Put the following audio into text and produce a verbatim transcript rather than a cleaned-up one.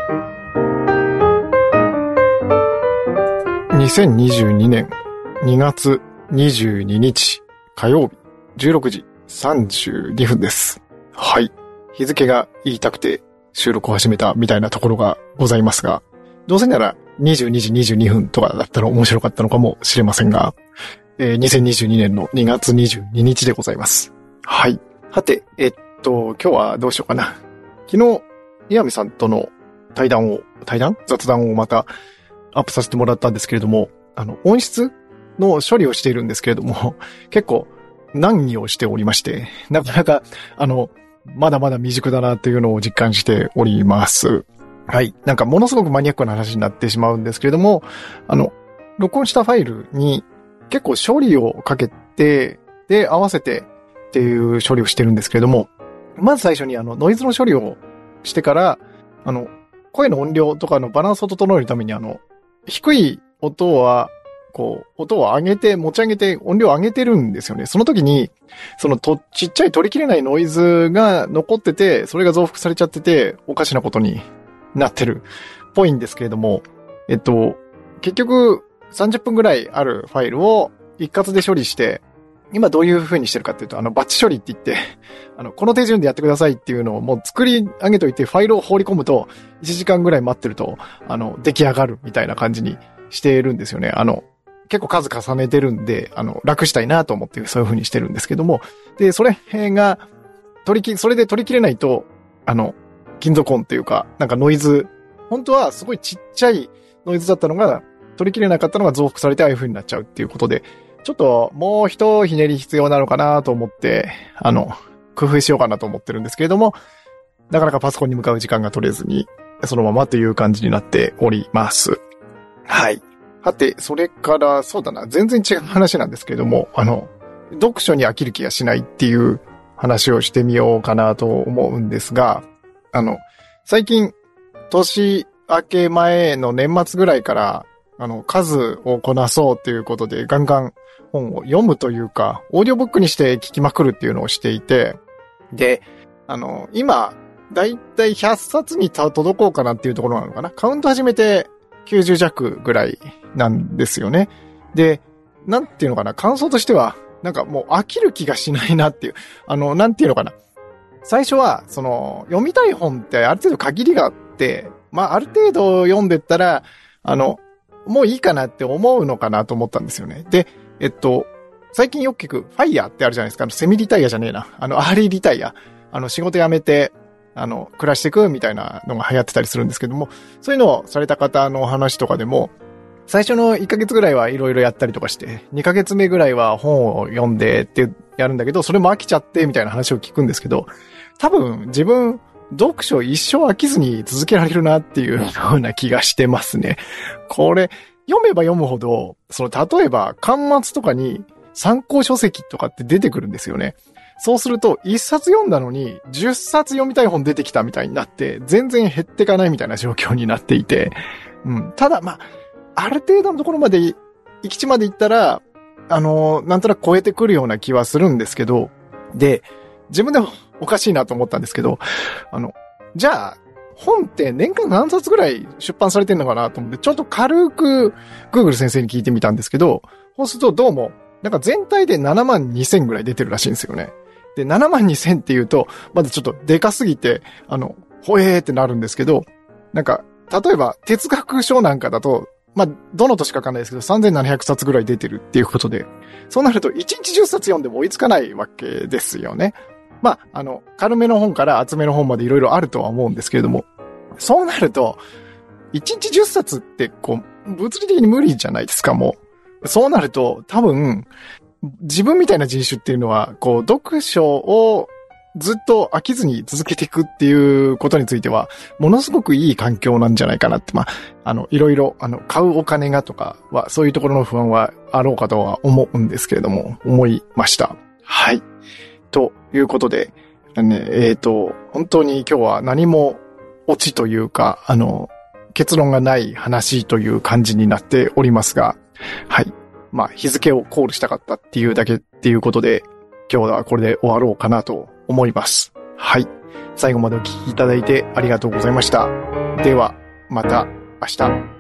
にせんにじゅうにねんにがつにじゅうににち火曜日じゅうろくじさんじゅうにふんです。はい。日付が言いたくて収録を始めたみたいなところがございますが、どうせならにじゅうにじにじゅうにふんとかだったら面白かったのかもしれませんが、えー、にせんにじゅうにねんのにがつにじゅうににちでございます。はい。はて、えっと、今日はどうしようかな。昨日、岩見さんとの対談を、対談雑談をまたアップさせてもらったんですけれども、あの、音質の処理をしているんですけれども、結構難儀をしておりまして、なかなか、あの、まだまだ未熟だなというのを実感しております。はい。なんかものすごくマニアックな話になってしまうんですけれども、あの、録音したファイルに結構処理をかけて、で、合わせてっていう処理をしてるんですけれども、まず最初にあの、ノイズの処理をしてから、あの、声の音量とかのバランスを整えるためにあの、低い音は、こう、音を上げて、持ち上げて、音量を上げてるんですよね。その時に、そのと、ちっちゃい取りきれないノイズが残ってて、それが増幅されちゃってて、おかしなことになってるっぽいんですけれども、えっと、結局、さんじゅっぷんぐらいあるファイルを一括で処理して、今どういう風にしてるかっていうと、あの、バッチ処理って言って、あの、この手順でやってくださいっていうのをもう作り上げといて、ファイルを放り込むと、いちじかんぐらい待ってると、あの、出来上がるみたいな感じにしてるんですよね。あの、結構数重ねてるんで、あの、楽したいなと思ってそういう風にしてるんですけども、で、それが、取りき、それで取り切れないと、あの、金属音っていうか、なんかノイズ、本当はすごいちっちゃいノイズだったのが、取り切れなかったのが増幅されてああいう風になっちゃうっていうことで、ちょっともう一ひねり必要なのかなと思って、あの、工夫しようかなと思ってるんですけれども、なかなかパソコンに向かう時間が取れずに、そのままという感じになっております。はい。はて、それから、そうだな、全然違う話なんですけれども、あの、読書に飽きる気がしないっていう話をしてみようかなと思うんですが、あの、最近、年明け前の年末ぐらいから、あの、数をこなそうっていうことで、ガンガン本を読むというか、オーディオブックにして聞きまくるっていうのをしていて、で、あの、今、だいたいひゃっさつに届こうかなっていうところなのかな。カウント始めてきゅうじゅうじゃくぐらいなんですよね。で、なんていうのかな、感想としては、なんかもう飽きる気がしないなっていう、あの、なんていうのかな。最初は、その、読みたい本ってある程度限りがあって、まあ、ある程度読んでったら、あの、もういいかなって思うのかなと思ったんですよね。で、えっと、最近よく聞く、ファイヤーってあるじゃないですか。あの、セミリタイヤじゃねえな。あの、アーリーリタイヤ。あの、仕事辞めて、あの、暮らしていくみたいなのが流行ってたりするんですけども、そういうのをされた方の話とかでも、最初のいっかげつぐらいはいろいろやったりとかして、にかげつめぐらいは本を読んでってやるんだけど、それも飽きちゃってみたいな話を聞くんですけど、多分自分、読書一生飽きずに続けられるなっていうような気がしてますね。これ、読めば読むほど、その、例えば、巻末とかに参考書籍とかって出てくるんですよね。そうすると、一冊読んだのに、十冊読みたい本出てきたみたいになって、全然減ってかないみたいな状況になっていて、うん。ただ、まあ、ある程度のところまで、行き地まで行ったら、あの、なんとなく超えてくるような気はするんですけど、で、自分でもおかしいなと思ったんですけど、あの、じゃあ、本って年間何冊ぐらい出版されてんのかなと思って、ちょっと軽く Google 先生に聞いてみたんですけど、そうするとどうも、なんか全体でななまんにせんぐらい出てるらしいんですよね。で、ななまんにせんっていうと、まだちょっとでかすぎて、あの、ほえーってなるんですけど、なんか、例えば哲学書なんかだと、まあ、どの年かわかんないですけど、さんぜんななひゃくさつぐらい出てるっていうことで、そうなるといちにちじゅっさつ読んでも追いつかないわけですよね。まあ、あの、軽めの本から厚めの本までいろいろあるとは思うんですけれども、そうなると、いちにちじゅっさつって、こう、物理的に無理じゃないですか、もう。そうなると、多分、自分みたいな人種っていうのは、こう、読書をずっと飽きずに続けていくっていうことについては、ものすごくいい環境なんじゃないかなって、まあ、あの、いろいろ、あの、買うお金がとかは、そういうところの不安はあろうかとは思うんですけれども、思いました。はい。ということで、ね、えっと、本当に今日は何もオチというか、あの、結論がない話という感じになっておりますが、はい。まあ、日付をコールしたかったっていうだけっていうことで、今日はこれで終わろうかなと思います。はい。 最後までお聞きいただいてありがとうございました。では、また明日。